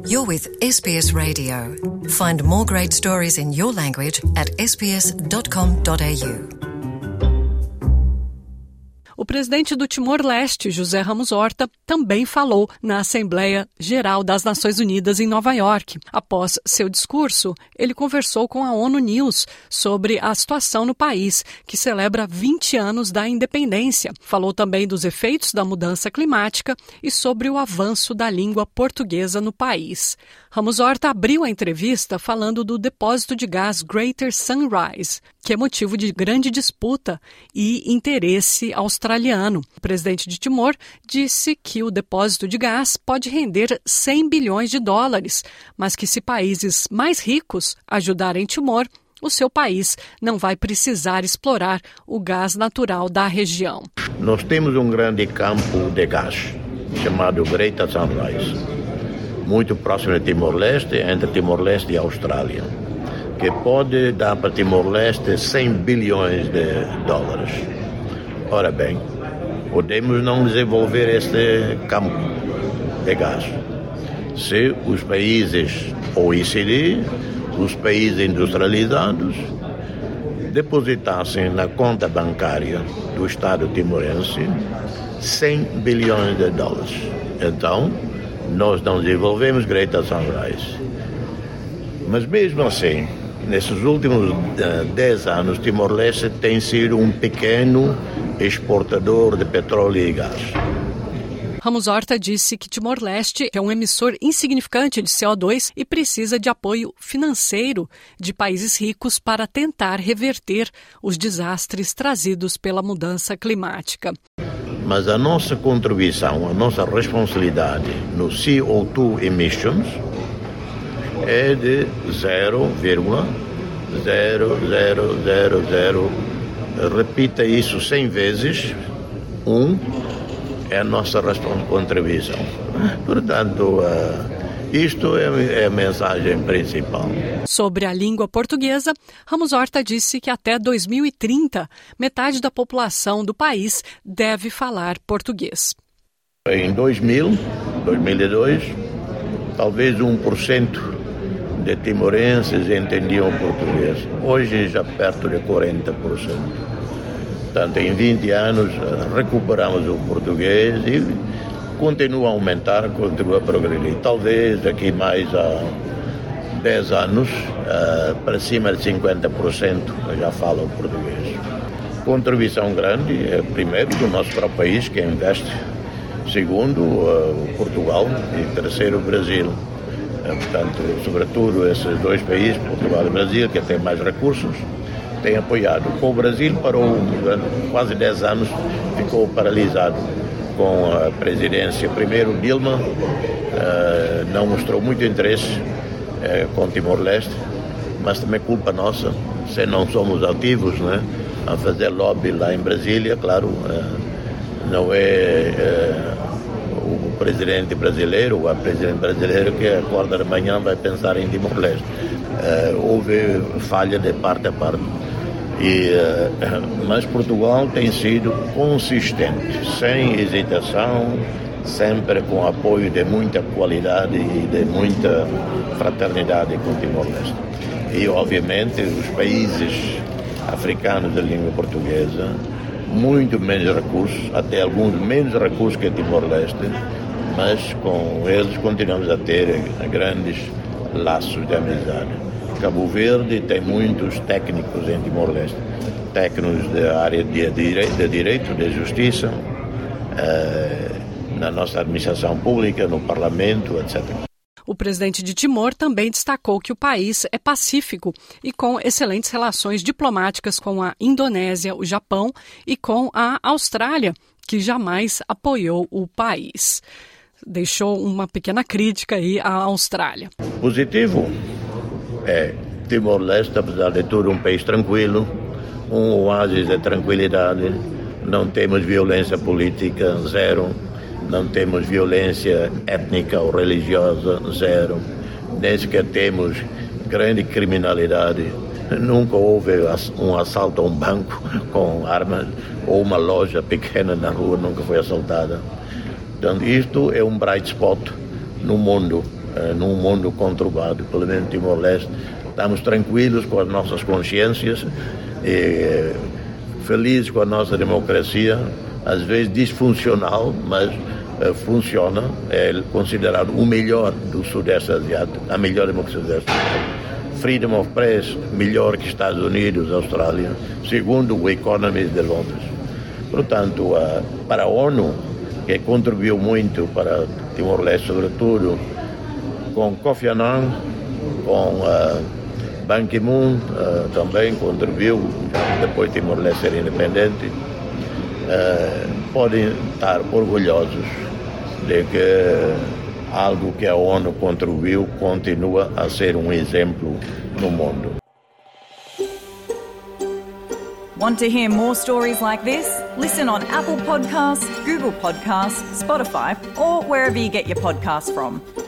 You're with SBS Radio. Find more great stories in your language at sbs.com.au. O presidente do Timor-Leste, José Ramos Horta, também falou na Assembleia Geral das Nações Unidas em Nova York. Após seu discurso, ele conversou com a ONU News sobre a situação no país, que celebra 20 anos da independência. Falou também dos efeitos da mudança climática e sobre o avanço da língua portuguesa no país. Ramos Horta abriu a entrevista falando do depósito de gás Greater Sunrise, que é motivo de grande disputa e interesse australiano. O presidente de Timor disse que o depósito de gás pode render 100 bilhões de dólares, mas que se países mais ricos ajudarem Timor, o seu país não vai precisar explorar o gás natural da região. Nós temos um grande campo de gás, chamado Greater Sunrise, muito próximo de Timor-Leste, entre Timor-Leste e Austrália, que pode dar para Timor-Leste 100 bilhões de dólares. Ora bem, podemos não desenvolver este campo de gás se os países OECD, os países industrializados, depositassem na conta bancária do Estado timorense 100 bilhões de dólares. Então, nós não desenvolvemos Greater Sunrise. Mas mesmo assim, nesses últimos 10 anos, Timor-Leste tem sido um pequeno exportador de petróleo e gás. Ramos Horta disse que Timor-Leste é um emissor insignificante de CO2 e precisa de apoio financeiro de países ricos para tentar reverter os desastres trazidos pela mudança climática. Mas a nossa contribuição, a nossa responsabilidade no CO2 emissions é de 0,0000, repita isso 100 vezes, é a nossa contribuição. Portanto, isto é a mensagem principal. Sobre a língua portuguesa, Ramos Horta disse que até 2030, metade da população do país deve falar português. Em 2002, talvez 1% de timorenses entendiam português. Hoje já perto de 40%. Portanto, em 20 anos recuperamos o português e continua a aumentar, continua a progredir. Talvez daqui mais a 10 anos, para cima de 50% já falam português. Contribuição grande, primeiro, do nosso próprio país, que investe. Segundo, Portugal. E terceiro, o Brasil. Portanto, sobretudo esses dois países, Portugal e Brasil, que têm mais recursos, têm apoiado. O Brasil parou quase 10 anos, ficou paralisado com a presidência. Primeiro, Dilma não mostrou muito interesse com Timor-Leste, mas também culpa nossa, se não somos ativos, né, a fazer lobby lá em Brasília. Claro, não é o presidente brasileiro ou a presidente brasileira que acorda de manhã vai pensar em Timor-Leste. Houve falha de parte a parte. Mas Portugal tem sido consistente, sem hesitação, sempre com apoio de muita qualidade e de muita fraternidade com Timor-Leste. E, obviamente, os países africanos de língua portuguesa, muito menos recursos, até alguns menos recursos que Timor-Leste, mas com eles continuamos a ter grandes laços de amizade. Cabo Verde tem muitos técnicos em Timor-Leste, técnicos da área de direito, de justiça, na nossa administração pública, no parlamento, etc. O presidente de Timor também destacou que o país é pacífico e com excelentes relações diplomáticas com a Indonésia, o Japão e com a Austrália, que jamais apoiou o país. Deixou uma pequena crítica aí à Austrália. Positivo. Timor-Leste, apesar de tudo, um país tranquilo, um oásis de tranquilidade, não temos violência política, zero, não temos violência étnica ou religiosa, zero, nem sequer temos grande criminalidade, nunca houve um assalto a um banco com armas ou uma loja pequena na rua nunca foi assaltada. Então isto é um bright spot no mundo. num mundo conturbado. Pelo menos Timor-Leste, estamos tranquilos com as nossas consciências e felizes com a nossa democracia, às vezes disfuncional, mas funciona. É considerado o melhor do Sudeste Asiático, a melhor democracia do Sudeste Asiático. Freedom of Press, melhor que Estados Unidos, Austrália, segundo o Economist de Londres. Portanto, para a ONU, que contribuiu muito para Timor-Leste, sobretudo, com Kofi Annan, com Ban Ki-moon, também contribuiu, depois de Timor-Leste ser independente, podem estar orgulhosos de que algo que a ONU contribuiu continua a ser um exemplo no mundo. Want to hear more stories like this? Listen on Apple Podcasts, Google Podcasts, Spotify, or wherever you get your podcasts from.